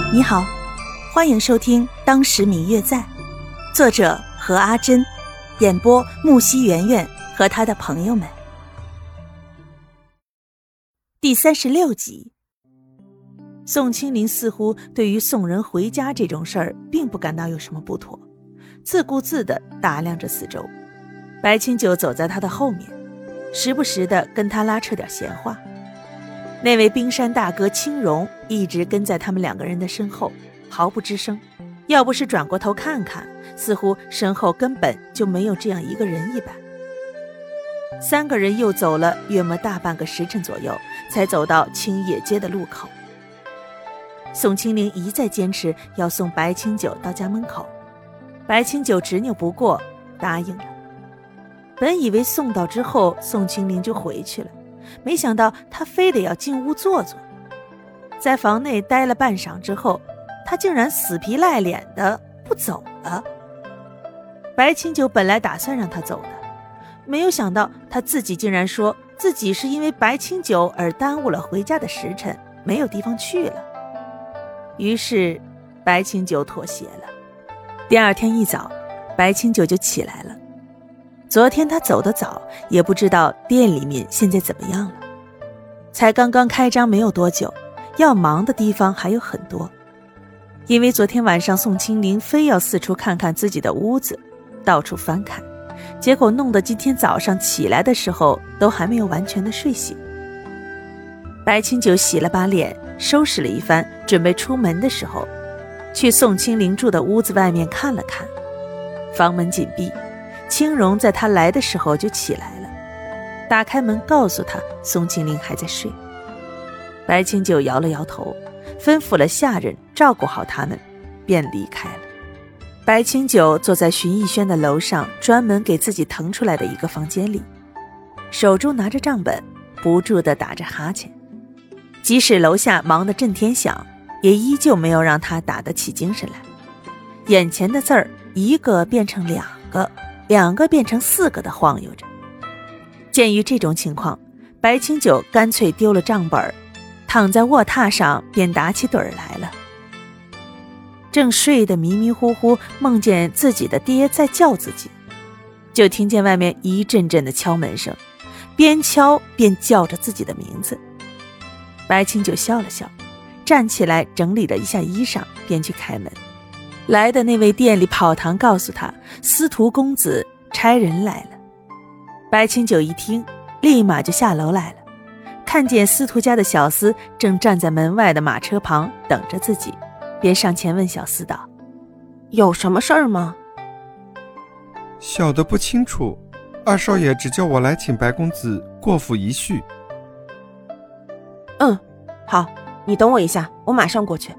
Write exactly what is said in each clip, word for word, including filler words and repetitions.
你好，欢迎收听《当时明月在》，作者何阿珍，演播木西圆圆和他的朋友们。第三十六集。宋清林似乎对于送人回家这种事儿并不感到有什么不妥，自顾自地打量着四周。白清九走在他的后面，时不时地跟他拉扯点闲话。那位冰山大哥青荣一直跟在他们两个人的身后，毫不吱声，要不是转过头看看，似乎身后根本就没有这样一个人一般。三个人又走了约莫大半个时辰左右，才走到青野街的路口。宋清林一再坚持要送白清九到家门口，白清九执拗不过，答应了。本以为送到之后宋清林就回去了，没想到他非得要进屋坐坐。在房内待了半晌之后，他竟然死皮赖脸的不走了。白清九本来打算让他走的，没有想到他自己竟然说自己是因为白清九而耽误了回家的时辰，没有地方去了。于是白清九妥协了。第二天一早，白清九就起来了。昨天他走得早，也不知道店里面现在怎么样了。才刚刚开张没有多久，要忙的地方还有很多。因为昨天晚上宋清林非要四处看看自己的屋子，到处翻看，结果弄得今天早上起来的时候都还没有完全的睡醒。白清九洗了把脸，收拾了一番，准备出门的时候，去宋清林住的屋子外面看了看，房门紧闭，青荣在他来的时候就起来了，打开门告诉他宋清林还在睡。白清九摇了摇头，吩咐了下人照顾好他们，便离开了。白清九坐在荀逸轩的楼上专门给自己腾出来的一个房间里，手中拿着账本，不住地打着哈欠。即使楼下忙得震天响，也依旧没有让他打得起精神来。眼前的字儿一个变成两个，两个变成四个的晃悠着。鉴于这种情况，白清九干脆丢了账本，躺在卧榻上便打起盹儿来了。正睡得迷迷糊糊，梦见自己的爹在叫自己，就听见外面一阵阵的敲门声，边敲边叫着自己的名字。白清九笑了笑，站起来整理了一下衣裳，便去开门。来的那位店里跑堂告诉他，司徒公子差人来了。白清九一听，立马就下楼来了，看见司徒家的小厮正站在门外的马车旁等着自己，便上前问小厮道：有什么事儿吗？ 小的不清楚，二少爷只叫我来请白公子过府一叙。 嗯，好，你等我一下，我马上过去。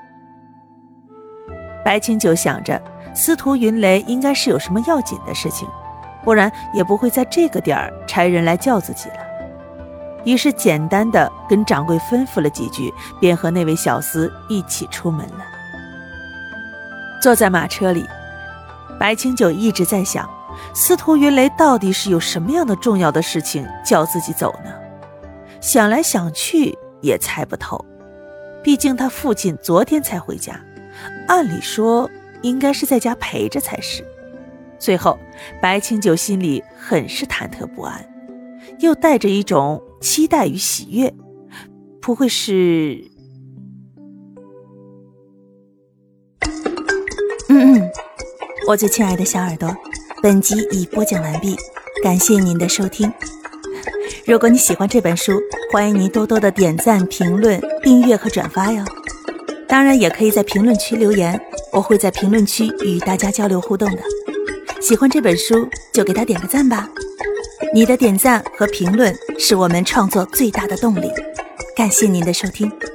白清九想着司徒云雷应该是有什么要紧的事情，不然也不会在这个点儿差人来叫自己了。于是简单的跟掌柜吩咐了几句，便和那位小厮一起出门了。坐在马车里，白清九一直在想，司徒云雷到底是有什么样的重要的事情叫自己走呢？想来想去也猜不透，毕竟他父亲昨天才回家，按理说应该是在家陪着才是。最后白清九心里很是忐忑不安，又带着一种期待与喜悦，不会是……嗯嗯，我最亲爱的小耳朵，本集已播讲完毕，感谢您的收听。如果你喜欢这本书，欢迎您多多的点赞、评论、订阅和转发哟。当然也可以在评论区留言，我会在评论区与大家交流互动的。喜欢这本书就给它点个赞吧，你的点赞和评论是我们创作最大的动力。感谢您的收听。